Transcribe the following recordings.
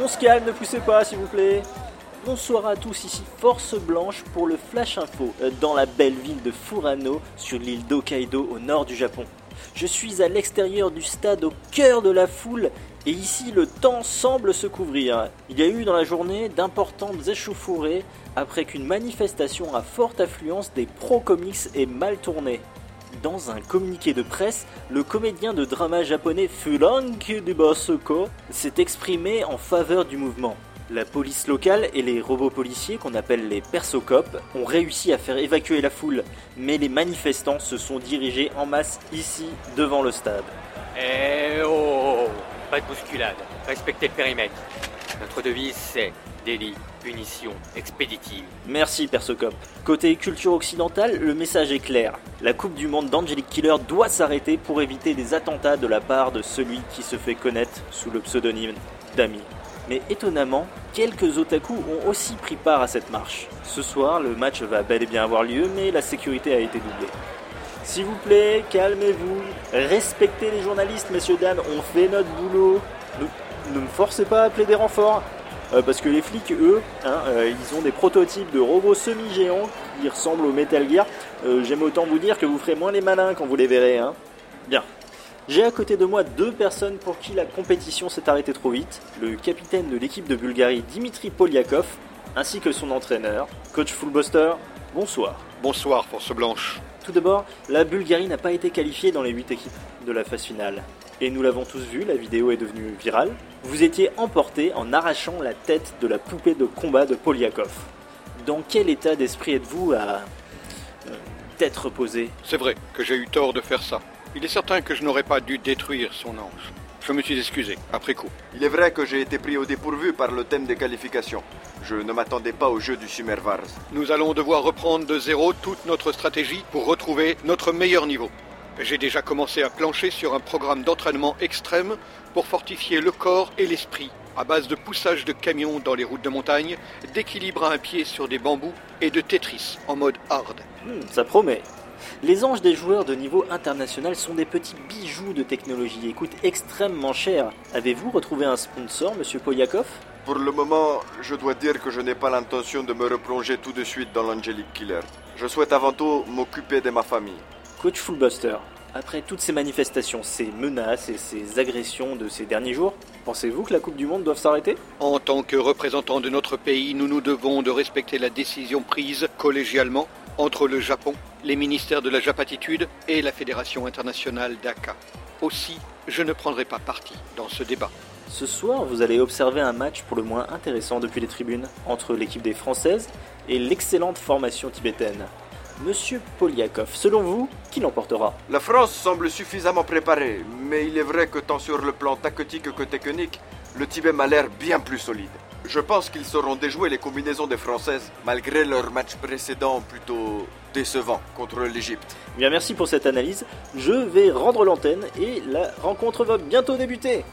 On se calme, ne poussez pas s'il vous plaît. Bonsoir à tous, ici Force Blanche pour le Flash Info dans la belle ville de Furano sur l'île d'Hokkaido au nord du Japon. Je suis à l'extérieur du stade au cœur de la foule et ici le temps semble se couvrir. Il y a eu dans la journée d'importantes échauffourées après qu'une manifestation à forte affluence des pro-comics ait mal tourné. Dans un communiqué de presse, le comédien de drama japonais Furanki Debasuko s'est exprimé en faveur du mouvement. La police locale et les robots policiers, qu'on appelle les persocopes, ont réussi à faire évacuer la foule, mais les manifestants se sont dirigés en masse ici, devant le stade. Eh oh, pas de bousculade, respectez le périmètre. Notre devise c'est délit, punition, expéditive. Merci Persocop. Côté culture occidentale, le message est clair. La Coupe du Monde d'Angelic Killer doit s'arrêter pour éviter des attentats de la part de celui qui se fait connaître sous le pseudonyme d'Ami. Mais étonnamment, quelques otaku ont aussi pris part à cette marche. Ce soir, le match va bel et bien avoir lieu, mais la sécurité a été doublée. S'il vous plaît, calmez-vous, respectez les journalistes, messieurs, dames, on fait notre boulot. Ne me forcez pas à appeler des renforts, parce que les flics, eux, ils ont des prototypes de robots semi-géants qui ressemblent au Metal Gear. J'aime autant vous dire que vous ferez moins les malins quand vous les verrez. Bien. J'ai à côté de moi deux personnes pour qui la compétition s'est arrêtée trop vite, le capitaine de l'équipe de Bulgarie Dimitri Polyakov, ainsi que son entraîneur, coach Fullbuster, bonsoir. Bonsoir, Force Blanche. Tout d'abord, la Bulgarie n'a pas été qualifiée dans les 8 équipes de la phase finale. Et nous l'avons tous vu, la vidéo est devenue virale. Vous étiez emporté en arrachant la tête de la poupée de combat de Polyakov. Dans quel état d'esprit êtes-vous à tête reposée ? C'est vrai que j'ai eu tort de faire ça. Il est certain que je n'aurais pas dû détruire son ange. Je me suis excusé, après coup. Il est vrai que j'ai été pris au dépourvu par le thème des qualifications. Je ne m'attendais pas au jeu du Sumervars. Nous allons devoir reprendre de zéro toute notre stratégie pour retrouver notre meilleur niveau. J'ai déjà commencé à plancher sur un programme d'entraînement extrême pour fortifier le corps et l'esprit, à base de poussage de camions dans les routes de montagne, d'équilibre à un pied sur des bambous et de Tetris en mode hard. Ça promet. Les anges des joueurs de niveau international sont des petits bijoux de technologie et coûtent extrêmement cher. Avez-vous retrouvé un sponsor, monsieur Polyakov ? Pour le moment, je dois dire que je n'ai pas l'intention de me replonger tout de suite dans l'Angelic Killer. Je souhaite avant tout m'occuper de ma famille. Coach Fullbuster, après toutes ces manifestations, ces menaces et ces agressions de ces derniers jours, pensez-vous que la Coupe du Monde doive s'arrêter ? En tant que représentants de notre pays, nous nous devons de respecter la décision prise collégialement entre le Japon, les ministères de la Japatitude et la Fédération internationale d'Aka. Aussi, je ne prendrai pas parti dans ce débat. Ce soir, vous allez observer un match pour le moins intéressant depuis les tribunes, entre l'équipe des Françaises et l'excellente formation tibétaine. Monsieur Polyakov, selon vous, qui l'emportera ? La France semble suffisamment préparée, mais il est vrai que tant sur le plan tactique que technique, le Tibet m'a l'air bien plus solide. Je pense qu'ils sauront déjouer les combinaisons des Françaises, malgré leur match précédent plutôt décevant contre l'Égypte. Bien, merci pour cette analyse. Je vais rendre l'antenne et la rencontre va bientôt débuter.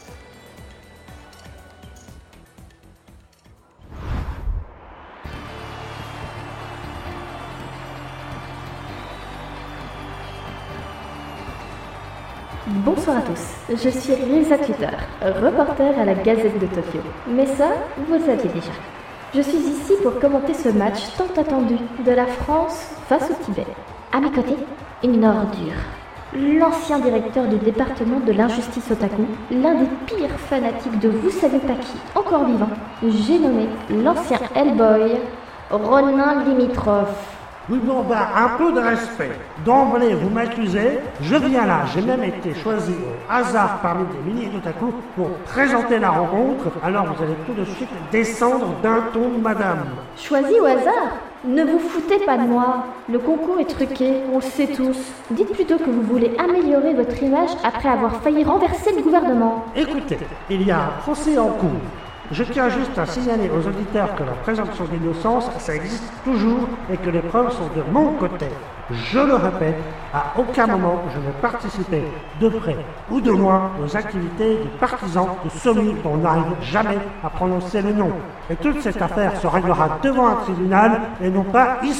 Bonsoir à tous, je suis Risa Twitter, reporter à la Gazette de Tokyo. Mais ça, vous le saviez déjà. Je suis ici pour commenter ce match tant attendu de la France face au Tibet. À mes côtés, une ordure. L'ancien directeur du département de l'injustice otaku, l'un des pires fanatiques de vous savez pas qui, encore vivant, j'ai nommé l'ancien Hellboy, Ronin Limitrov. Oui, bon, un peu de respect. D'emblée, vous m'accusez, je viens là, j'ai même été choisi au hasard parmi des milliers d'otaku pour présenter la rencontre, alors vous allez tout de suite descendre d'un ton, madame. Choisi au hasard ? Ne vous foutez pas de moi. Le concours est truqué, on le sait tous. Dites plutôt que vous voulez améliorer votre image après avoir failli renverser le gouvernement. Écoutez, il y a un procès en cours. Je tiens juste à signaler aux auditeurs que la présomption d'innocence, ça existe toujours et que les preuves sont de mon côté. Je le répète, à aucun moment je n'ai participé de près ou de loin aux activités des partisans de celui dont on n'arrive jamais à prononcer le nom. Et toute cette affaire se réglera devant un tribunal et non pas ici.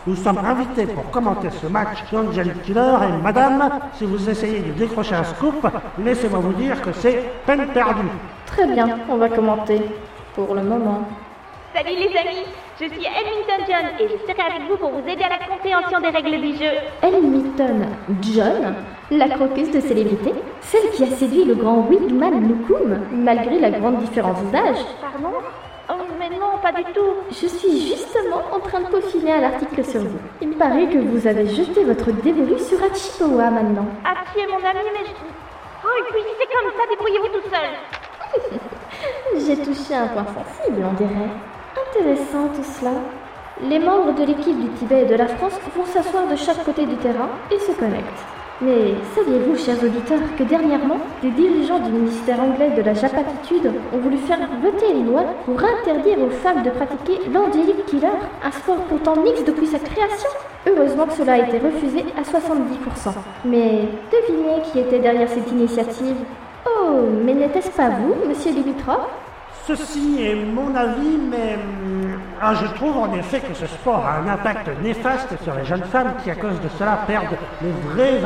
Nous sommes invités pour commenter ce match d'Angelic Killer et madame, si vous essayez de décrocher un scoop, laissez-moi vous dire que c'est peine perdue. Très bien, on va commenter. Pour le moment. Salut les amis, je suis Edmington John et je serai avec vous pour vous aider à la compréhension des règles du jeu. Edmington John, la croqueuse de célébrité, celle qui a séduit le grand Wigman Lukum, malgré la grande différence d'âge. Pardon? Oh, mais non, pas du tout. Je suis justement en train de peaufiner un article sur vous. Il paraît que vous avez jeté votre dévolu sur Hachipowa maintenant. Hachi est mon ami, mais je... Oh, et puis si c'est comme ça, débrouillez-vous tout seul. J'ai touché un point sensible, on dirait. Intéressant tout cela. Les membres de l'équipe du Tibet et de la France vont s'asseoir de chaque côté du terrain et se connectent. Mais saviez-vous, chers auditeurs, que dernièrement, des dirigeants du ministère anglais de la Japatitude ont voulu faire voter une loi pour interdire aux femmes de pratiquer l'Angelic Killer, un sport pourtant mixte depuis sa création? Heureusement que cela a été refusé à 70%. Mais devinez qui était derrière cette initiative? Oh, mais n'était-ce pas vous, monsieur Dimitrov? Ceci est mon avis, mais je trouve en effet que ce sport a un impact néfaste sur les jeunes femmes qui, à cause de cela, perdent les vraies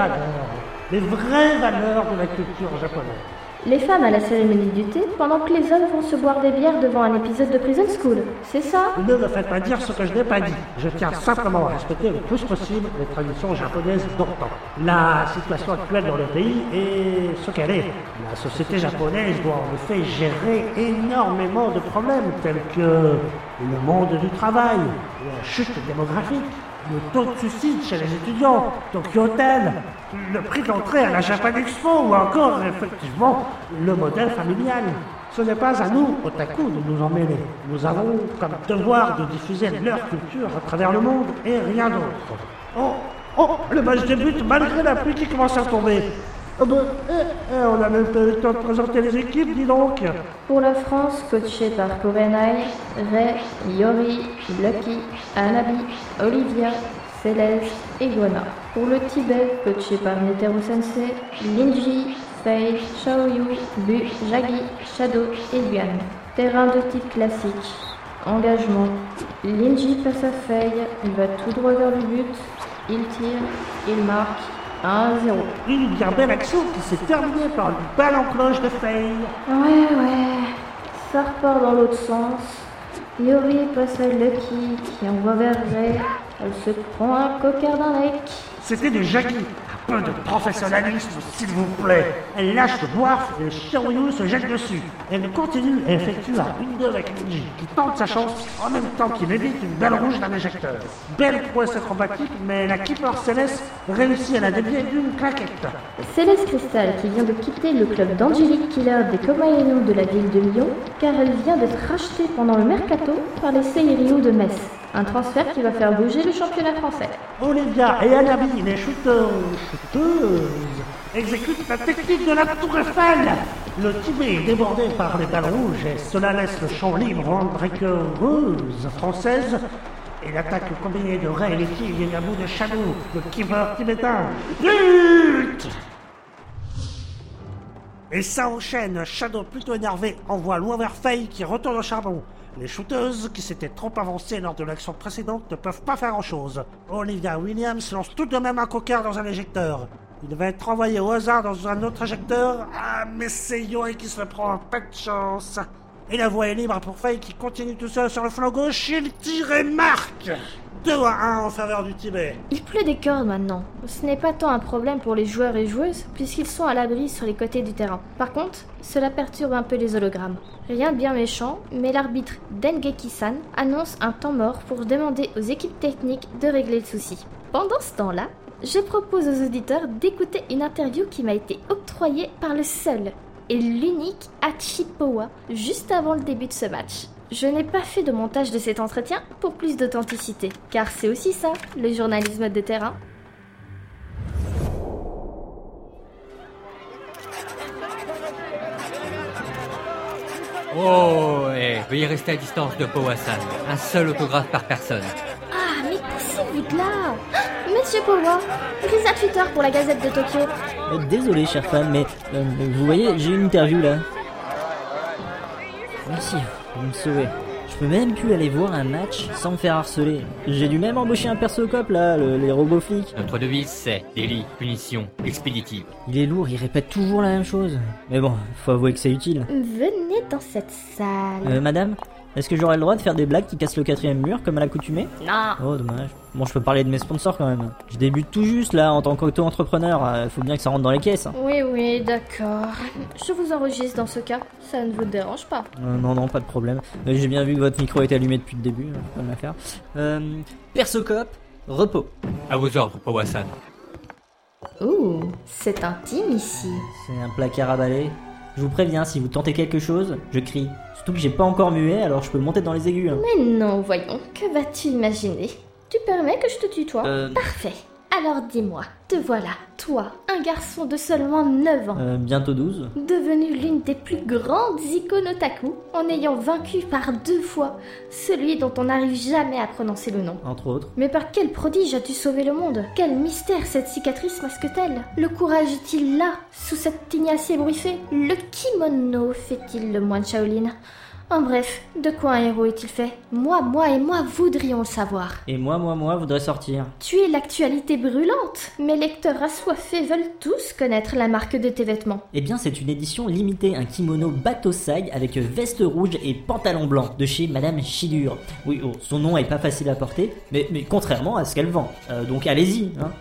valeurs de la culture japonaise. Les femmes à la cérémonie du thé, pendant que les hommes vont se boire des bières devant un épisode de Prison School. C'est ça? Ne me faites pas dire ce que je n'ai pas dit. Je tiens simplement à respecter le plus possible les traditions japonaises d'antan. La situation actuelle dans le pays est ce qu'elle est. La société japonaise doit en effet gérer énormément de problèmes tels que le monde du travail, la chute démographique, le taux de suicide chez les étudiants, Tokyo Hotel, le prix d'entrée à la Japan Expo ou encore, effectivement, le modèle familial. Ce n'est pas à nous, otaku, de nous en mêler. Nous avons comme devoir de diffuser leur culture à travers le monde et rien d'autre. Oh, le match débute malgré la pluie qui commence à tomber. On n'a même pas eu le temps de présenter les équipes, dis donc. Pour la France, coachée par Korenai, Ray, Yori, Lucky, Anabi, Olivia, Céleste et Guana. Pour le Tibet, coaché par Netero Sensei, Linji, Fei, Shaoyu, Bu, Jagi, Shadow et Yuan. Terrain de type classique. Engagement. Linji passe à Fei, il va tout droit vers le but, il tire, il marque. 1-0. Une bien belle action qui s'est terminée par une balle en cloche de Faye. Ouais. Ça repart dans l'autre sens. Yori passe à Lucky qui envoie vers Ray. Elle se prend un coquard d'un mec. C'était de Jackie. Un peu de professionnalisme, s'il vous plaît. Elle lâche le boire et Shiryu se jette dessus. Elle continue et effectue un 1-2 avec Linji, qui tente sa chance en même temps qu'il évite une balle rouge d'un éjecteur. Belle prouesse acrobatique, mais la keeper Céleste réussit à la dévier d'une claquette. Céleste Crystal qui vient de quitter le club d'Angelic Killer des Komainu de la ville de Lyon, car elle vient d'être rachetée pendant le mercato par les Seiryu de Metz. Un transfert qui va faire bouger le championnat français. Olivia et Anabi, les shooteuses, exécutent la technique de la Tour Eiffel. Le Tibet est débordé par les balles rouges et cela laisse le champ libre aux breakeuses françaises. Et l'attaque combinée de Ray et Letty vient à bout de Shadow, le keeper tibétain. But! Et ça enchaîne. Shadow, plutôt énervé, envoie loin vers Faye qui retourne au charbon. Les shooteuses, qui s'étaient trop avancées lors de l'action précédente, ne peuvent pas faire grand-chose. Olivia Williams lance tout de même un coquard dans un éjecteur. Il va être envoyé au hasard dans un autre éjecteur. Ah, mais c'est Yori qui se prend pas de chance. Et la voie est libre pour Faye qui continue tout seul sur le flanc gauche. Il tire et marque 2-1 en faveur du Tibet. Il pleut des cordes maintenant. Ce n'est pas tant un problème pour les joueurs et joueuses, puisqu'ils sont à l'abri sur les côtés du terrain. Par contre, cela perturbe un peu les hologrammes. Rien de bien méchant, mais l'arbitre Dengeki-san annonce un temps mort pour demander aux équipes techniques de régler le souci. Pendant ce temps-là, je propose aux auditeurs d'écouter une interview qui m'a été octroyée par le seul et l'unique Hachipowa juste avant le début de ce match. Je n'ai pas fait de montage de cet entretien pour plus d'authenticité, car c'est aussi ça, le journalisme de terrain. Oh, veuillez rester à distance de Powa-san. Un seul autographe par personne. Ah, mais poussez-vous de là! Monsieur Powa, prise à Twitter pour la Gazette de Tokyo. Désolé, chère femme, mais vous voyez, j'ai une interview là. Merci, vous me sauvez. Je peux même plus aller voir un match sans me faire harceler. J'ai dû même embaucher un perso-cop là, les robots flics. Notre devise, c'est délit, punition, expéditive. Il est lourd, il répète toujours la même chose. Mais bon, faut avouer que c'est utile. Venez dans cette salle. Madame, est-ce que j'aurai le droit de faire des blagues qui cassent le 4ème mur comme à l'accoutumée ? Non. Oh, dommage. Bon, je peux parler de mes sponsors quand même. Je débute tout juste là en tant qu'auto-entrepreneur. Faut bien que ça rentre dans les caisses. Oui, d'accord. Je vous enregistre dans ce cas. Ça ne vous dérange pas. Non, pas de problème. J'ai bien vu que votre micro était allumé depuis le début. Faut pas me la faire. Perso-cop, repos. À vos ordres, Powassan. Ouh, c'est intime ici. C'est un placard à balai. Je vous préviens, si vous tentez quelque chose, je crie. Surtout que j'ai pas encore mué, alors je peux monter dans les aigus. Mais non, voyons, que vas-tu imaginer ? Tu permets que je te tutoie ? Parfait. Alors dis-moi, te voilà, toi, un garçon de seulement 9 ans, Bientôt 12. devenu l'une des plus grandes icônes otaku, en ayant vaincu par 2 fois celui dont on n'arrive jamais à prononcer le nom. Entre autres. Mais par quel prodige as-tu sauvé le monde ? Quel mystère cette cicatrice masque-t-elle ? Le courage est-il là, sous cette tignasse ébouriffée ? Le kimono fait-il le moine Shaolin ? En bref, de quoi un héros est-il fait ? Moi voudrions le savoir. Et moi, voudrais sortir. Tu es l'actualité brûlante. Mes lecteurs assoiffés veulent tous connaître la marque de tes vêtements. Eh bien, c'est une édition limitée, un kimono Batosai avec veste rouge et pantalon blanc de chez Madame Chidure. Oui, son nom est pas facile à porter, mais contrairement à ce qu'elle vend. Donc allez-y, hein.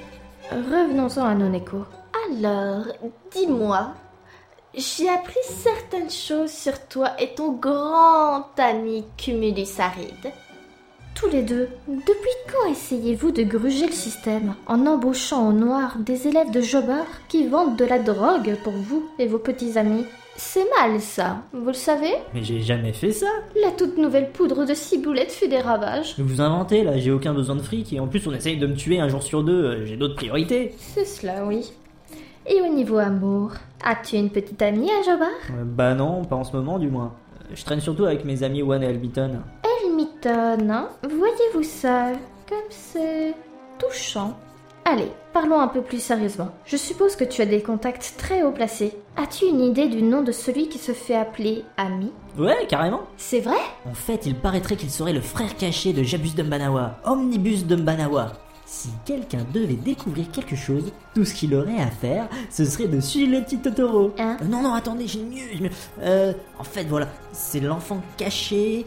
Revenons-en à Noneko. Alors, dis-moi, j'ai appris certaines choses sur toi et ton grand ami Cumulus Aride. Tous les deux, depuis quand essayez-vous de gruger le système en embauchant au noir des élèves de jobbers qui vendent de la drogue pour vous et vos petits amis ? C'est mal ça, vous le savez ? Mais j'ai jamais fait ça. La toute nouvelle poudre de ciboulette fait des ravages. Vous inventez là, j'ai aucun besoin de fric et en plus on essaye de me tuer un jour sur 2, j'ai d'autres priorités. C'est cela, oui. Et au niveau amour, as-tu une petite amie à Jobard ? Bah non, pas en ce moment du moins. Je traîne surtout avec mes amis One et Elbiton. Elmiton, hein ? Voyez-vous ça ? Comme c'est touchant. Allez, parlons un peu plus sérieusement. Je suppose que tu as des contacts très haut placés. As-tu une idée du nom de celui qui se fait appeler Ami ? Ouais, carrément. C'est vrai ? En fait, il paraîtrait qu'il serait le frère caché de Jabus Dumbanawa, Omnibus Dumbanawa. Si quelqu'un devait découvrir quelque chose, tout ce qu'il aurait à faire, ce serait de suivre le petit Totoro. Hein ? Non, attendez, j'ai mieux. En fait, voilà, c'est l'enfant caché,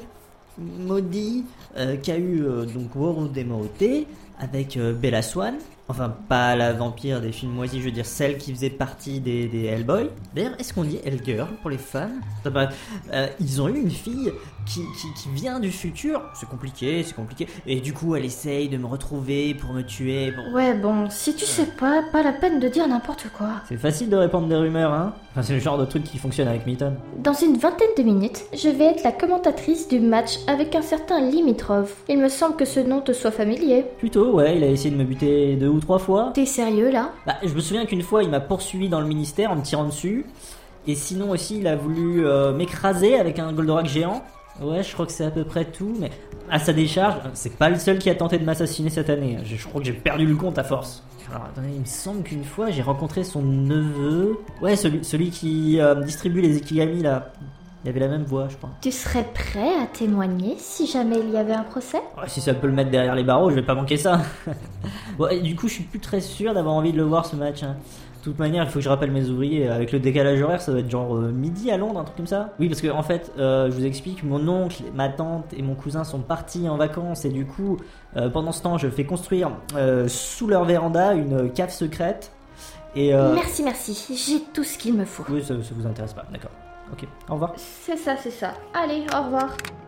maudit, qu'a eu donc World Demote avec Bella Swan. Enfin, pas la vampire des films moisis, je veux dire celle qui faisait partie des Hellboy. D'ailleurs, est-ce qu'on dit Hellgirl pour les fans ? Ils ont eu une fille qui vient du futur. C'est compliqué. Et du coup, elle essaye de me retrouver pour me tuer. Ouais, bon, si tu sais pas la peine de dire n'importe quoi. C'est facile de répandre des rumeurs, hein ? Enfin, c'est le genre de truc qui fonctionne avec Milton. Dans une vingtaine de minutes, je vais être la commentatrice du match avec un certain Limitrov. Il me semble que ce nom te soit familier. Plutôt, ouais, il a essayé de me buter 2 ou 3 fois. T'es sérieux, là ? Bah, je me souviens qu'une fois, il m'a poursuivi dans le ministère en me tirant dessus. Et sinon aussi, il a voulu m'écraser avec un Goldorak géant. Ouais, je crois que c'est à peu près tout, mais à sa décharge, c'est pas le seul qui a tenté de m'assassiner cette année. Je crois que j'ai perdu le compte à force. Alors attendez, il me semble qu'une fois j'ai rencontré son neveu. Ouais, celui qui distribue les Ikigami là. Il avait la même voix, je crois. Tu serais prêt à témoigner si jamais il y avait un procès ? Ouais, si ça peut le mettre derrière les barreaux, je vais pas manquer ça. Bon, et du coup, je suis plus très sûr d'avoir envie de le voir ce match, hein. De toute manière, il faut que je rappelle mes ouvriers. Avec le décalage horaire, ça doit être genre midi à Londres, un truc comme ça. Oui, parce que en fait, je vous explique, mon oncle, ma tante et mon cousin sont partis en vacances et du coup, pendant ce temps, je fais construire sous leur véranda une cave secrète. Et Merci, j'ai tout ce qu'il me faut. Oui, ça vous intéresse pas, d'accord. Ok, au revoir. C'est ça. Allez, au revoir.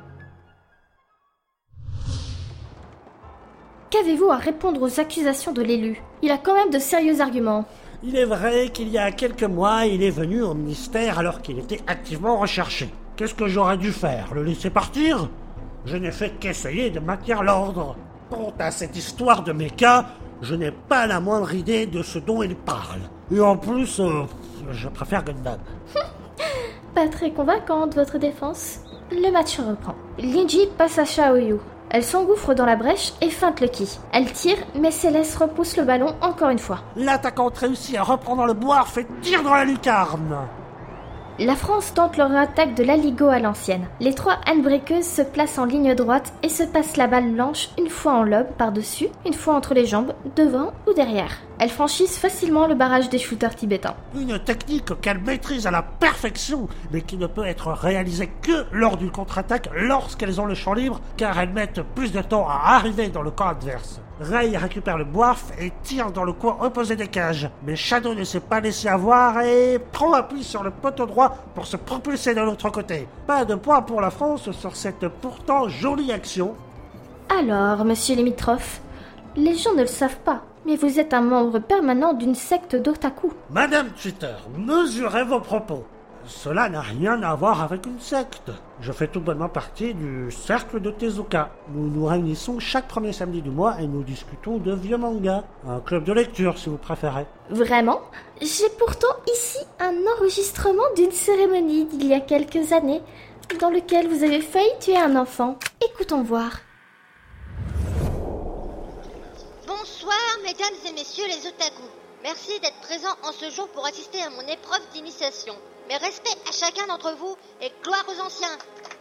Qu'avez-vous à répondre aux accusations de l'élu ? Il a quand même de sérieux arguments. Il est vrai qu'il y a quelques mois, il est venu au ministère alors qu'il était activement recherché. Qu'est-ce que j'aurais dû faire ? Le laisser partir ? Je n'ai fait qu'essayer de maintenir l'ordre. Quant à cette histoire de Mecha, je n'ai pas la moindre idée de ce dont il parle. Et en plus, je préfère Gundam. Pas très convaincante, votre défense. Le match reprend. Linji passe à Shaoyu. Elle s'engouffre dans la brèche et feinte le ki. Elle tire, mais Céleste repousse le ballon encore une fois. L'attaquante réussit à reprendre le bois, fait tir dans la lucarne. La France tente leur attaque de l'Aligo à l'ancienne. Les 3 handbreakeuses se placent en ligne droite et se passent la balle blanche une fois en lobe par-dessus, une fois entre les jambes, devant ou derrière. Elles franchissent facilement le barrage des shooters tibétains. Une technique qu'elle maîtrise à la perfection, mais qui ne peut être réalisée que lors d'une contre-attaque lorsqu'elles ont le champ libre, car elles mettent plus de temps à arriver dans le camp adverse. Ray récupère le boif et tire dans le coin opposé des cages, mais Shadow ne s'est pas laissé avoir et prend appui sur le poteau droit pour se propulser de l'autre côté. Pas de points pour la France sur cette pourtant jolie action. Alors, monsieur Limitroff, les gens ne le savent pas, mais vous êtes un membre permanent d'une secte d'otaku. Madame Twitter, mesurez vos propos. Cela n'a rien à voir avec une secte. Je fais tout bonnement partie du cercle de Tezuka. Nous nous réunissons chaque premier samedi du mois et nous discutons de vieux mangas. Un club de lecture si vous préférez. Vraiment ? J'ai pourtant ici un enregistrement d'une cérémonie d'il y a quelques années, dans lequel vous avez failli tuer un enfant. Écoutons voir. Bonsoir, mesdames et messieurs les otaku. Merci d'être présents en ce jour pour assister à mon épreuve d'initiation. Mais respect à chacun d'entre vous et gloire aux anciens.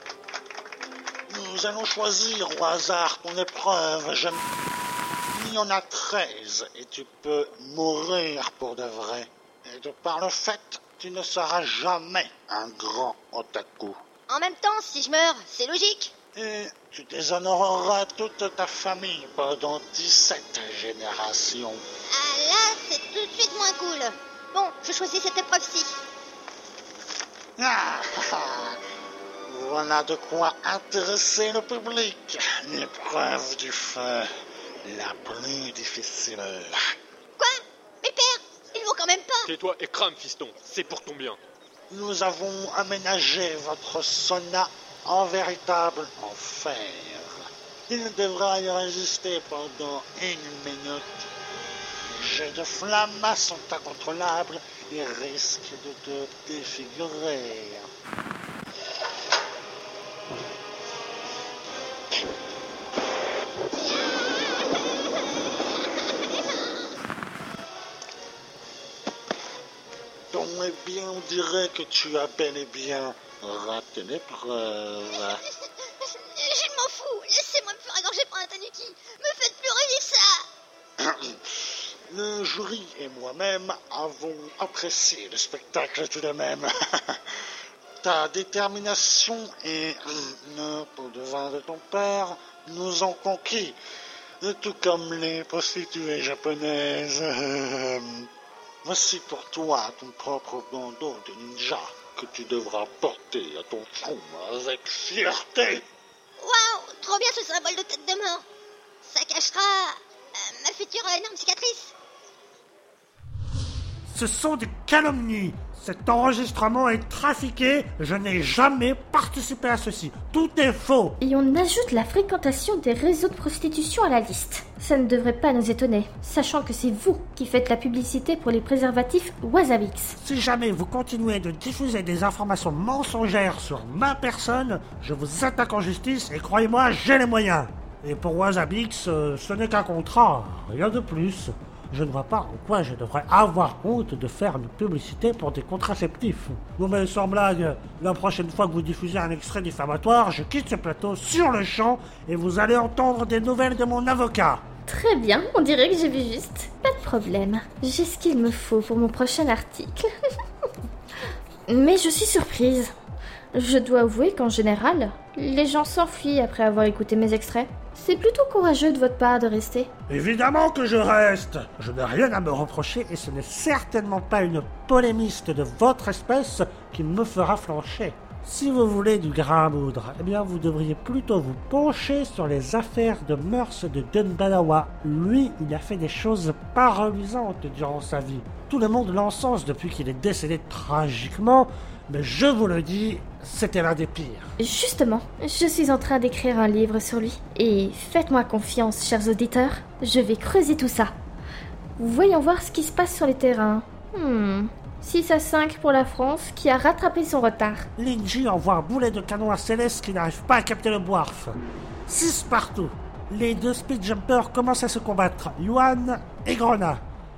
Nous allons choisir au hasard ton épreuve. Il y en a 13 et tu peux mourir pour de vrai. Et de par le fait, tu ne seras jamais un grand otaku. En même temps, si je meurs, c'est logique. Et tu déshonoreras toute ta famille pendant 17 générations. Ah là, c'est tout de suite moins cool. Bon, je choisis cette épreuve-ci. Voilà de quoi intéresser le public. L'épreuve du feu, la plus difficile. Quoi ? Mes pères, ils vont quand même pas. Tais-toi et crame, fiston, c'est pour ton bien. Nous avons aménagé votre sauna en véritable enfer. Il devra y résister pendant 1 minute. Les jets de flammes sont incontrôlables et risquent de te défigurer. Bon, eh bien, on dirait que tu as bel et bien raté l'épreuve. Je m'en fous, laissez-moi me faire égorger par un tanuki. Me faites plus revivre ça. Le jury et moi-même avons apprécié le spectacle tout de même. Ta détermination et le pot de vin de ton père nous ont conquis, tout comme les prostituées japonaises. Voici pour toi ton propre bandeau de ninja que tu devras porter à ton front avec fierté. Waouh, trop bien ce symbole de tête de mort. Ça cachera ma future énorme cicatrice. Ce sont des calomnies. Cet enregistrement est trafiqué. Je n'ai jamais participé à ceci. Tout est faux. Et on ajoute la fréquentation des réseaux de prostitution à la liste. Ça ne devrait pas nous étonner, sachant que c'est vous qui faites la publicité pour les préservatifs Wasabix. Si jamais vous continuez de diffuser des informations mensongères sur ma personne, je vous attaque en justice et croyez-moi, j'ai les moyens. Et pour Wasabix, ce n'est qu'un contrat, rien de plus. Je ne vois pas en quoi je devrais avoir honte de faire une publicité pour des contraceptifs. Non mais sans blague, la prochaine fois que vous diffusez un extrait diffamatoire, je quitte ce plateau sur le champ et vous allez entendre des nouvelles de mon avocat. Très bien, on dirait que j'ai vu juste. Pas de problème, j'ai ce qu'il me faut pour mon prochain article. Mais je suis surprise. Je dois avouer qu'en général, les gens s'enfuient après avoir écouté mes extraits. C'est plutôt courageux de votre part de rester. Évidemment que je reste. Je n'ai rien à me reprocher et ce n'est certainement pas une polémiste de votre espèce qui me fera flancher. Si vous voulez du grain à moudre, eh bien vous devriez plutôt vous pencher sur les affaires de mœurs de Dunbalawa. Lui, il a fait des choses pas reluisantes durant sa vie. Tout le monde l'encense depuis qu'il est décédé tragiquement, mais je vous le dis, c'était l'un des pires. Justement, je suis en train d'écrire un livre sur lui. Et faites-moi confiance, chers auditeurs, je vais creuser tout ça. Voyons voir ce qui se passe sur les terrains. 6-5 pour la France, qui a rattrapé son retard. Linji envoie un boulet de canon à Céleste qui n'arrive pas à capter le boirf. 6 partout. Les deux speed jumpers commencent à se combattre, Yuan et Grona.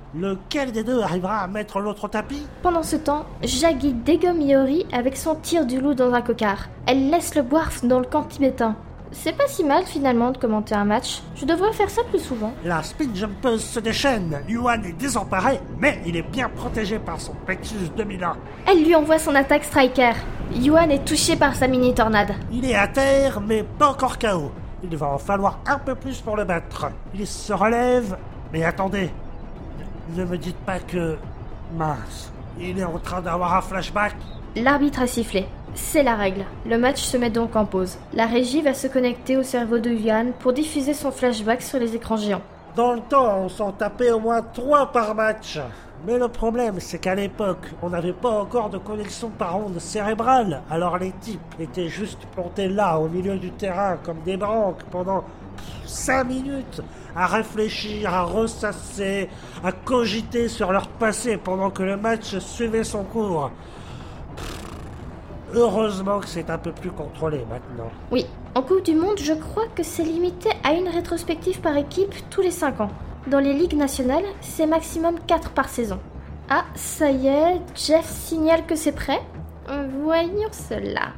Lequel des deux arrivera à mettre l'autre au tapis? Pendant ce temps, Jaggi dégomme Iori avec son tir du loup dans un cocard. Elle laisse le boarf dans le camp tibétain. C'est pas si mal finalement de commenter un match. Je devrais faire ça plus souvent. La spin jumpeuse se déchaîne. Yuan est désemparé, mais il est bien protégé par son Plexus 2001. Elle lui envoie son attaque striker. Yuan est touché par sa mini-tornade. Il est à terre, mais pas encore KO. Il va en falloir un peu plus pour le battre. Il se relève, mais attendez. Ne me dites pas que... Mince, il est en train d'avoir un flashback. L'arbitre a sifflé. C'est la règle. Le match se met donc en pause. La régie va se connecter au cerveau de Yuan pour diffuser son flashback sur les écrans géants. Dans le temps, on s'en tapait au moins 3 par match. Mais le problème, c'est qu'à l'époque, on n'avait pas encore de connexion par onde cérébrale. Alors les types étaient juste plantés là, au milieu du terrain, comme des branques, pendant 5 minutes, à réfléchir, à ressasser, à cogiter sur leur passé pendant que le match suivait son cours. Heureusement que c'est un peu plus contrôlé maintenant. Oui, en Coupe du Monde, je crois que c'est limité à une rétrospective par équipe tous les 5 ans. Dans les ligues nationales, c'est maximum 4 par saison. Ah, ça y est, Jeff signale que c'est prêt. Voyons cela.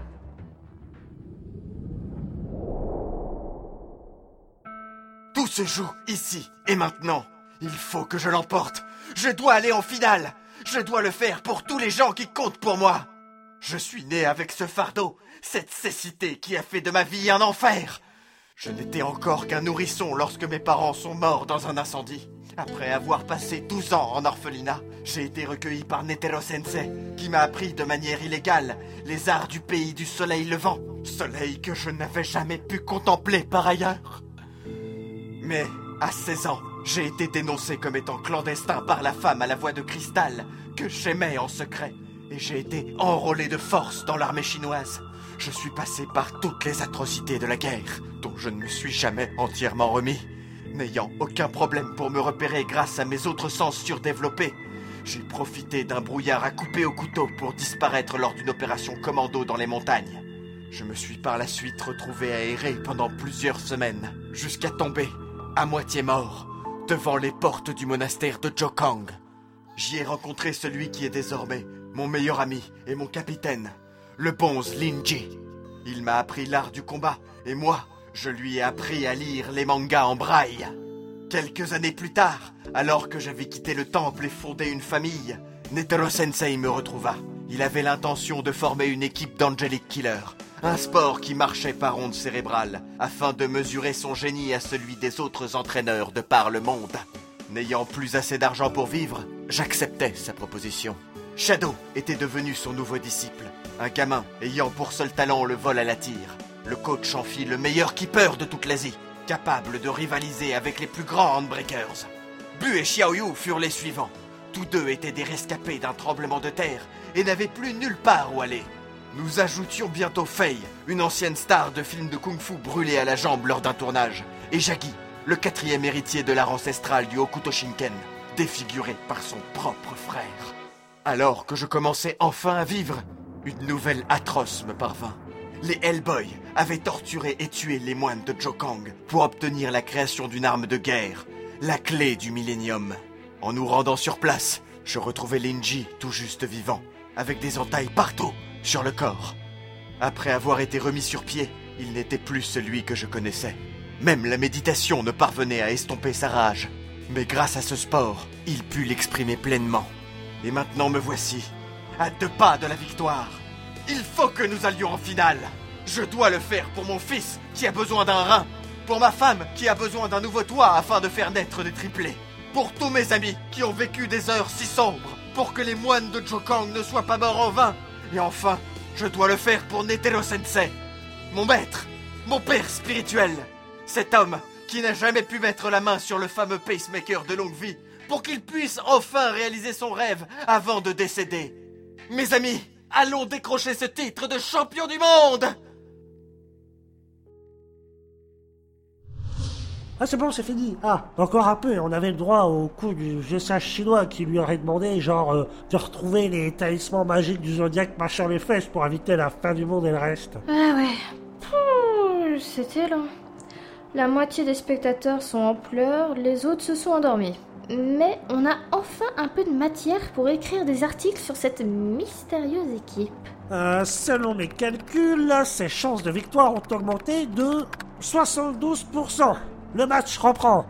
Tout se joue ici et maintenant. Il faut que je l'emporte. Je dois aller en finale. Je dois le faire pour tous les gens qui comptent pour moi. Je suis né avec ce fardeau, cette cécité qui a fait de ma vie un enfer. Je n'étais encore qu'un nourrisson lorsque mes parents sont morts dans un incendie. Après avoir passé 12 ans en orphelinat, j'ai été recueilli par Netero Sensei, qui m'a appris de manière illégale les arts du pays du soleil levant. Soleil que je n'avais jamais pu contempler par ailleurs. Mais, à 16 ans, j'ai été dénoncé comme étant clandestin par la femme à la voix de cristal, que j'aimais en secret. Et j'ai été enrôlé de force dans l'armée chinoise. Je suis passé par toutes les atrocités de la guerre, dont je ne me suis jamais entièrement remis. N'ayant aucun problème pour me repérer grâce à mes autres sens surdéveloppés, j'ai profité d'un brouillard à couper au couteau pour disparaître lors d'une opération commando dans les montagnes. Je me suis par la suite retrouvé à errer pendant plusieurs semaines, jusqu'à tomber, à moitié mort, devant les portes du monastère de Jokang. J'y ai rencontré celui qui est désormais mon meilleur ami et mon capitaine, le bonze Linji. Il m'a appris l'art du combat, et moi, je lui ai appris à lire les mangas en braille. Quelques années plus tard, alors que j'avais quitté le temple et fondé une famille, Netero Sensei me retrouva. Il avait l'intention de former une équipe d'Angelic Killer, un sport qui marchait par ondes cérébrales, afin de mesurer son génie à celui des autres entraîneurs de par le monde. N'ayant plus assez d'argent pour vivre, j'acceptais sa proposition. Shadow était devenu son nouveau disciple, un gamin ayant pour seul talent le vol à la tire. Le coach en fit le meilleur keeper de toute l'Asie, capable de rivaliser avec les plus grands handbreakers. Bu et Xiaoyu furent les suivants. Tous deux étaient des rescapés d'un tremblement de terre et n'avaient plus nulle part où aller. Nous ajoutions bientôt Fei, une ancienne star de films de kung-fu brûlée à la jambe lors d'un tournage, et Jaggi, le 4e héritier de l'art ancestral du Hokuto Shinken, défiguré par son propre frère. Alors que je commençais enfin à vivre, une nouvelle atroce me parvint. Les Hellboy avaient torturé et tué les moines de Jokang pour obtenir la création d'une arme de guerre, la clé du millénium. En nous rendant sur place, je retrouvai Linji tout juste vivant, avec des entailles partout sur le corps. Après avoir été remis sur pied, il n'était plus celui que je connaissais. Même la méditation ne parvenait à estomper sa rage. Mais grâce à ce sport, il put l'exprimer pleinement. Et maintenant me voici, à 2 pas de la victoire. Il faut que nous allions en finale. Je dois le faire pour mon fils qui a besoin d'un rein, pour ma femme qui a besoin d'un nouveau toit afin de faire naître des triplés, pour tous mes amis qui ont vécu des heures si sombres, pour que les moines de Jokang ne soient pas morts en vain. Et enfin, je dois le faire pour Netero Sensei, mon maître, mon père spirituel, cet homme qui n'a jamais pu mettre la main sur le fameux pacemaker de longue vie, pour qu'il puisse enfin réaliser son rêve avant de décéder. Mes amis, allons décrocher ce titre de champion du monde! Ah, c'est bon, c'est fini. Ah, encore un peu, on avait le droit au coup du vieux sage chinois qui lui aurait demandé, de retrouver les talismans magiques du Zodiac marchant les fesses pour éviter la fin du monde et le reste. Ah ouais. Pouh, c'était long. La moitié des spectateurs sont en pleurs, les autres se sont endormis. Mais on a enfin un peu de matière pour écrire des articles sur cette mystérieuse équipe. Selon mes calculs, ses chances de victoire ont augmenté de 72%. Le match reprend.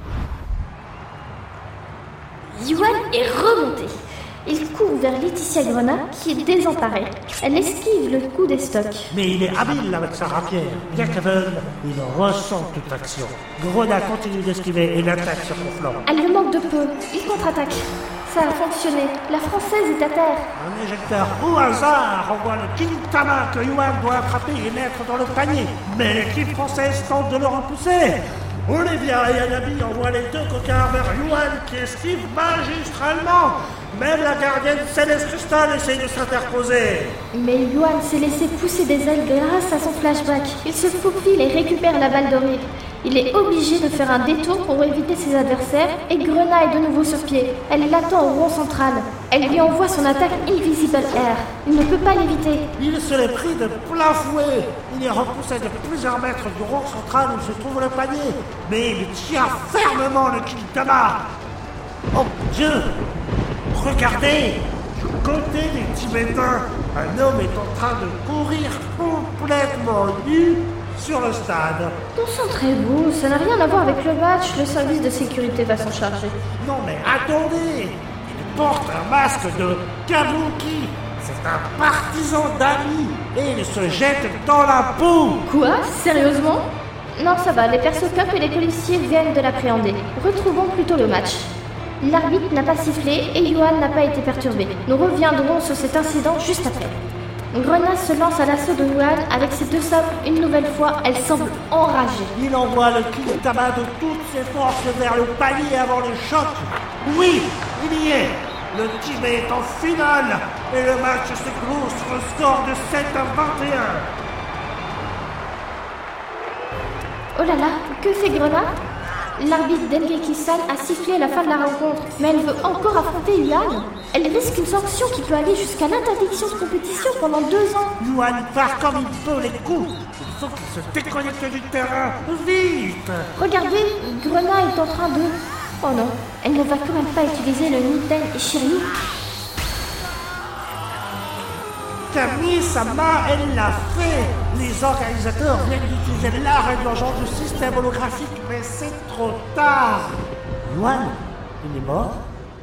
Yuan est remonté. Il court vers Laetitia Grenat, qui est désemparée. Elle esquive le coup des stocks. Mais il est habile avec sa rapière. Bien qu'aveugle, il ressent toute action. Grenat continue d'esquiver et l'attaque sur son flanc. Elle le manque de peu. Il contre-attaque. Ça a fonctionné. La Française est à terre. Un éjecteur au hasard envoie le Kintama que Yuan doit attraper et mettre dans le panier. Mais l'équipe française tente de le repousser. Olivia et Anabi envoient les deux coquins vers Yuan qui esquive magistralement. Même la gardienne Céleste Cristal essaye de s'interposer. Mais Yuan s'est laissé pousser des ailes grâce à son flashback. Il se faufile et récupère la balle dorée. Il est obligé de faire un détour pour éviter ses adversaires et Grenat est de nouveau sur pied. Elle l'attend au rond central. Elle lui envoie son attaque Invisible Air. Il ne peut pas l'éviter. Il se l'est pris de plein fouet. Il est repoussé de plusieurs mètres du rond central où se trouve le panier. Mais il tient fermement le Kintama. Oh Dieu! Regardez! Du côté des Tibétains, un homme est en train de courir complètement nu sur le stade. Concentrez-vous, ça n'a rien à voir avec le match, le service de sécurité va s'en charger. Non mais attendez! Il porte un masque de kabuki. C'est un partisan d'Ami et il se jette dans la boue. Quoi? Sérieusement? Non, ça va, les perso-cups et les policiers viennent de l'appréhender. Retrouvons plutôt le match. L'arbitre n'a pas sifflé et Yuan n'a pas été perturbé. Nous reviendrons sur cet incident juste après. Grenat se lance à l'assaut de Yuan avec ses deux sabres. Une nouvelle fois, elle semble enragée. Il envoie le Kintama de toutes ses forces vers le panier avant le choc. Oui, il y est. Le Tibet est en finale et le match se clôt sur le score de 7 à 21. Oh là là, que fait Grenat? L'arbitre Dengeki-san a sifflé la fin de la rencontre, mais elle veut encore affronter Yuan. Elle risque une sanction qui peut aller jusqu'à l'interdiction de compétition pendant 2 ans. Yuan part comme il peut les coups. Il faut qu'il se déconnecte du terrain. Vite! Regardez, Grenat est en train de... Oh non, elle ne va quand même pas utiliser le Niten Ishiryu. Camille, sa main, elle l'a fait. Les organisateurs viennent d'utiliser l'arrêt d'urgence du système holographique, mais c'est trop tard. Yuan, il est mort?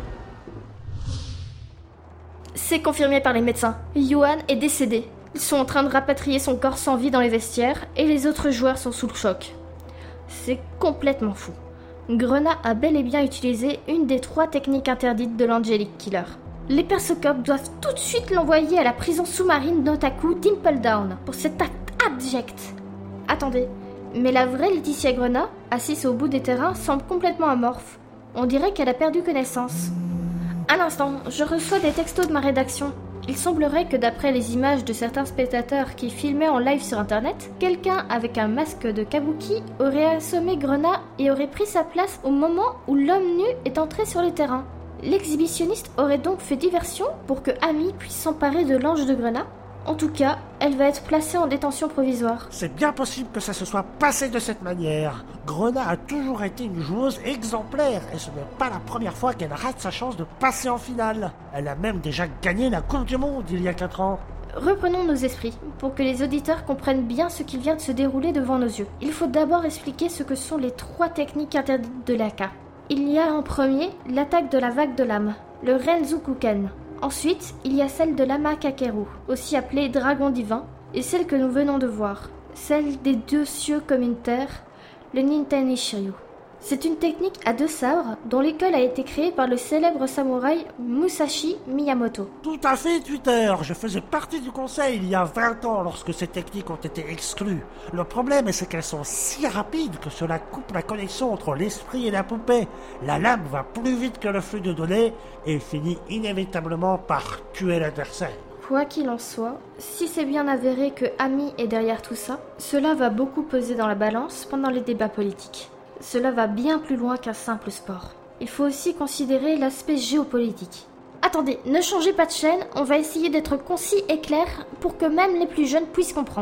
C'est confirmé par les médecins. Yuan est décédé. Ils sont en train de rapatrier son corps sans vie dans les vestiaires et les autres joueurs sont sous le choc. C'est complètement fou. Grenat a bel et bien utilisé une des 3 techniques interdites de l'Angelic Killer. Les perso-cops doivent tout de suite l'envoyer à la prison sous-marine d'Otaku Dimple Down pour cet acte abject. Attendez, mais la vraie Laetitia Grenat, assise au bout des terrains, semble complètement amorphe. On dirait qu'elle a perdu connaissance. Un instant, je reçois des textos de ma rédaction. Il semblerait que d'après les images de certains spectateurs qui filmaient en live sur internet, quelqu'un avec un masque de kabuki aurait assommé Grenat et aurait pris sa place au moment où l'homme nu est entré sur le terrain. L'exhibitionniste aurait donc fait diversion pour que Ami puisse s'emparer de l'ange de Grenat. En tout cas, elle va être placée en détention provisoire. C'est bien possible que ça se soit passé de cette manière. Grenat a toujours été une joueuse exemplaire et ce n'est pas la première fois qu'elle rate sa chance de passer en finale. Elle a même déjà gagné la Coupe du Monde il y a 4 ans. Reprenons nos esprits, pour que les auditeurs comprennent bien ce qui vient de se dérouler devant nos yeux. Il faut d'abord expliquer ce que sont les 3 techniques interdites de l'AK. Il y a en premier l'attaque de la vague de l'âme, le Renzukuken. Ensuite, il y a celle de l'Ama Kakeru, aussi appelée Dragon Divin, et celle que nous venons de voir, celle des 2 cieux comme une terre, le Niten Ishiryu. C'est une technique à 2 sabres dont l'école a été créée par le célèbre samouraï Musashi Miyamoto. Tout à fait, Twitter. Je faisais partie du conseil il y a 20 ans lorsque ces techniques ont été exclues. Le problème, c'est qu'elles sont si rapides que cela coupe la connexion entre l'esprit et la poupée. La lame va plus vite que le flux de données et finit inévitablement par tuer l'adversaire. Quoi qu'il en soit, si c'est bien avéré que Ami est derrière tout ça, cela va beaucoup peser dans la balance pendant les débats politiques. Cela va bien plus loin qu'un simple sport. Il faut aussi considérer l'aspect géopolitique. Attendez, ne changez pas de chaîne, on va essayer d'être concis et clair pour que même les plus jeunes puissent comprendre.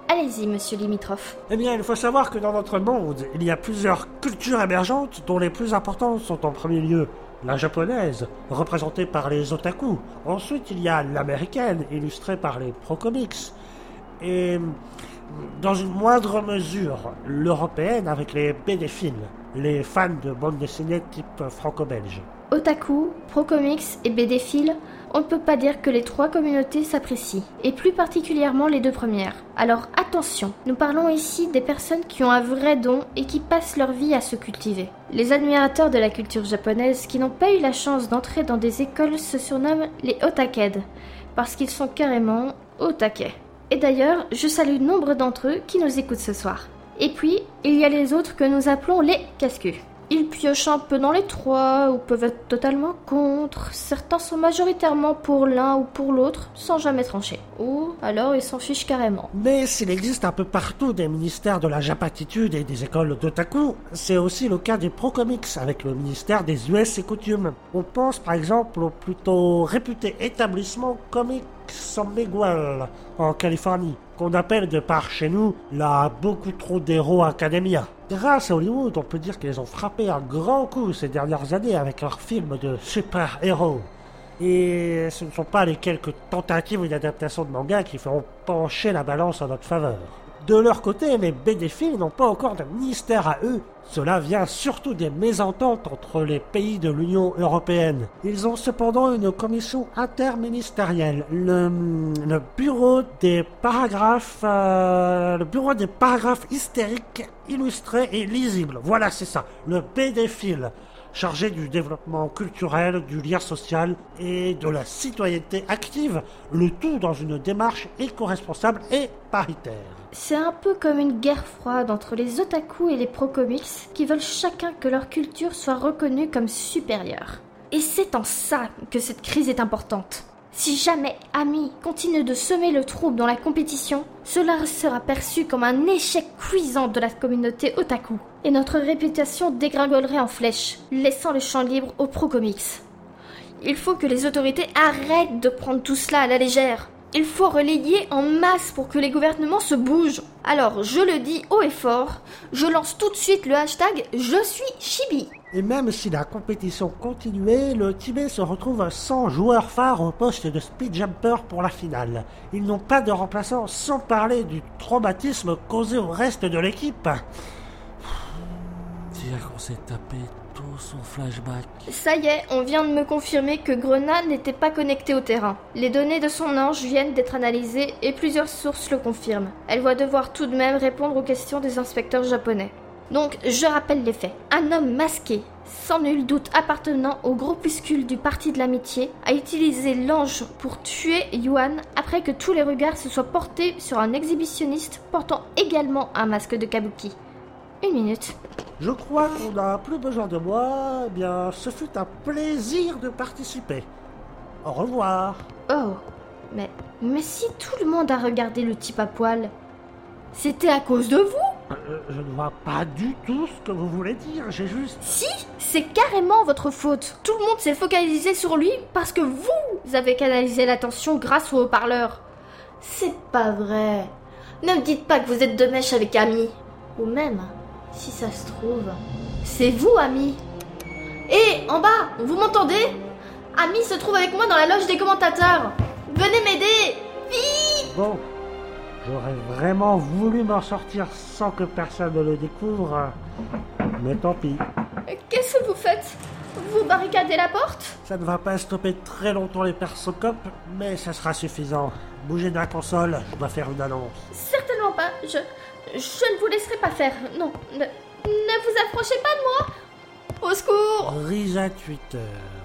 Allez-y, monsieur limitrophe. Eh bien, il faut savoir que dans notre monde, il y a plusieurs cultures émergentes dont les plus importantes sont en premier lieu la japonaise, représentée par les otaku. Ensuite, il y a l'américaine, illustrée par les pro-comics. Et, dans une moindre mesure, l'européenne avec les BD-Phil, les fans de bande dessinée type franco-belge. Otaku, pro-comics et BD-Phil, on ne peut pas dire que les trois communautés s'apprécient, et plus particulièrement les deux premières. Alors attention, nous parlons ici des personnes qui ont un vrai don et qui passent leur vie à se cultiver. Les admirateurs de la culture japonaise qui n'ont pas eu la chance d'entrer dans des écoles se surnomment les otaked, parce qu'ils sont carrément au taquet. Et d'ailleurs, je salue nombre d'entre eux qui nous écoutent ce soir. Et puis, il y a les autres que nous appelons les casse-culs. Ils piochent un peu dans les trois, ou peuvent être totalement contre. Certains sont majoritairement pour l'un ou pour l'autre, sans jamais trancher. Ou alors ils s'en fichent carrément. Mais s'il existe un peu partout des ministères de la Japatitude et des écoles d'otaku, c'est aussi le cas des pro-comics, avec le ministère des US et coutumes. On pense par exemple au plutôt réputé établissement Comics Miguel, en Californie, qu'on appelle de par chez nous la beaucoup trop d'héros Academia. Grâce à Hollywood, on peut dire qu'ils ont frappé un grand coup ces dernières années avec leurs films de super-héros. Et ce ne sont pas les quelques tentatives d'adaptation de manga qui feront pencher la balance en notre faveur. De leur côté, les BD-Phil n'ont pas encore de ministère à eux. Cela vient surtout des mésententes entre les pays de l'Union européenne. Ils ont cependant une commission interministérielle, le bureau des paragraphes hystériques, illustrés et lisibles. Voilà, c'est ça, le BD-Phil, chargé du développement culturel, du lien social et de la citoyenneté active, le tout dans une démarche éco-responsable et paritaire. C'est un peu comme une guerre froide entre les otaku et les pro-comics qui veulent chacun que leur culture soit reconnue comme supérieure. Et c'est en ça que cette crise est importante. Si jamais Ami continue de semer le trouble dans la compétition, cela sera perçu comme un échec cuisant de la communauté otaku. Et notre réputation dégringolerait en flèche, laissant le champ libre aux pro-comics. Il faut que les autorités arrêtent de prendre tout cela à la légère. Il faut relayer en masse pour que les gouvernements se bougent. Alors, je le dis haut et fort, je lance tout de suite le hashtag « Je suis Chibi ». Et même si la compétition continuait, le Tibet se retrouve sans joueur phare au poste de speed jumper pour la finale. Ils n'ont pas de remplaçant, sans parler du traumatisme causé au reste de l'équipe. Dire qu'on s'est tapé tout son flashback. Ça y est, on vient de me confirmer que Grenat n'était pas connecté au terrain. Les données de son ange viennent d'être analysées et plusieurs sources le confirment. Elle va devoir tout de même répondre aux questions des inspecteurs japonais. Donc, je rappelle les faits. Un homme masqué, sans nul doute appartenant au groupuscule du Parti de l'Amitié, a utilisé l'ange pour tuer Yuan après que tous les regards se soient portés sur un exhibitionniste portant également un masque de kabuki. 1 minute. Je crois qu'on n'a plus besoin de moi. Eh bien, ce fut un plaisir de participer. Au revoir. Oh, mais si tout le monde a regardé le type à poil, c'était à cause de vous? Je ne vois pas du tout ce que vous voulez dire, j'ai juste... Si, c'est carrément votre faute. Tout le monde s'est focalisé sur lui parce que vous avez canalisé l'attention grâce au haut-parleur. C'est pas vrai. Ne me dites pas que vous êtes de mèche avec Ami. Ou même, si ça se trouve, c'est vous, Ami. Hé, en bas, vous m'entendez? Ami se trouve avec moi dans la loge des commentateurs. Venez m'aider, vite! Bon. J'aurais vraiment voulu m'en sortir sans que personne ne le découvre, mais tant pis. Qu'est-ce que vous faites? Vous barricadez la porte? Ça ne va pas stopper très longtemps les persocopes, mais ça sera suffisant. Bougez de la console, je dois faire une annonce. Certainement pas, je ne vous laisserai pas faire, non. Ne vous approchez pas de moi. Au secours. Risa Twitter,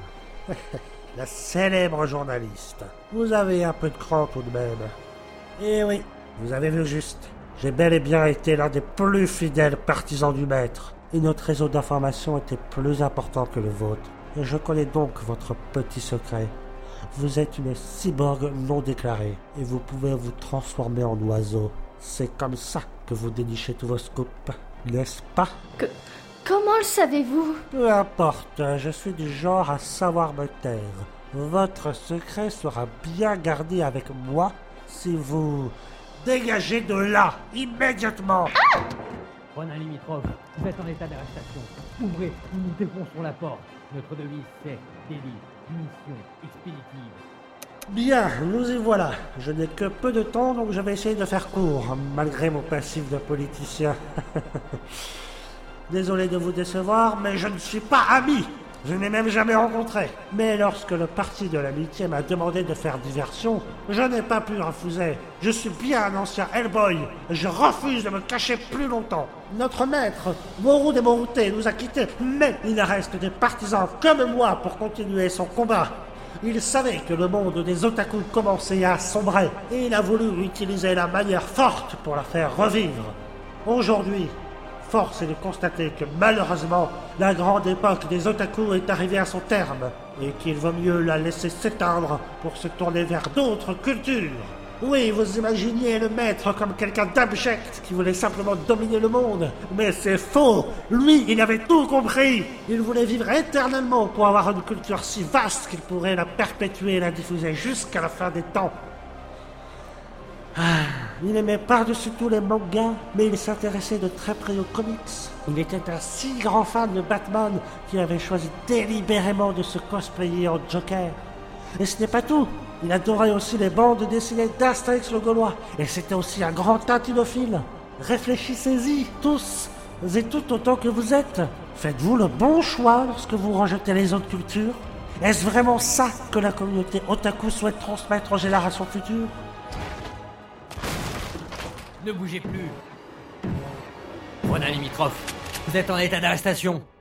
la célèbre journaliste. Vous avez un peu de cran tout de même. Eh oui. Vous avez vu juste, j'ai bel et bien été l'un des plus fidèles partisans du maître, et notre réseau d'information était plus important que le vôtre. Et je connais donc votre petit secret. Vous êtes une cyborg non déclarée, et vous pouvez vous transformer en oiseau. C'est comme ça que vous dénichez tous vos scoops, n'est-ce pas? Comment le savez-vous? Peu importe, je suis du genre à savoir me taire. Votre secret sera bien gardé avec moi si vous Dégagez de là, immédiatement. Ronin limitrophe, vous êtes en état d'arrestation. Ouvrez ou nous défoncerons la porte. Notre devise, c'est délit, mission expéditive. Bien, nous y voilà. Je n'ai que peu de temps, donc je vais essayer de faire court, malgré mon passif de politicien. Désolé de vous décevoir, mais je ne suis pas ami. Je ne l'ai même jamais rencontré. Mais lorsque le parti de l'amitié m'a demandé de faire diversion, je n'ai pas pu refuser. Je suis bien un ancien Hellboy. Je refuse de me cacher plus longtemps. Notre maître, Woru de Morute, nous a quittés, mais il reste des partisans comme moi pour continuer son combat. Il savait que le monde des otaku commençait à sombrer, et il a voulu utiliser la manière forte pour la faire revivre. Aujourd'hui, force est de constater que malheureusement, la grande époque des otaku est arrivée à son terme, et qu'il vaut mieux la laisser s'éteindre pour se tourner vers d'autres cultures. Oui, vous imaginiez le maître comme quelqu'un d'abject qui voulait simplement dominer le monde. Mais c'est faux. Lui, il avait tout compris. Il voulait vivre éternellement pour avoir une culture si vaste qu'il pourrait la perpétuer et la diffuser jusqu'à la fin des temps. Il aimait par-dessus tout les mangas, mais il s'intéressait de très près aux comics. Il était un si grand fan de Batman qu'il avait choisi délibérément de se cosplayer en Joker. Et ce n'est pas tout. Il adorait aussi les bandes dessinées d'Astérix le Gaulois. Et c'était aussi un grand tintinophile. Réfléchissez-y, tous et toutes autant que vous êtes. Faites-vous le bon choix lorsque vous rejetez les autres cultures? Est-ce vraiment ça que la communauté otaku souhaite transmettre aux générations futures? Ne bougez plus. Ronin limitrophe, vous êtes en état d'arrestation.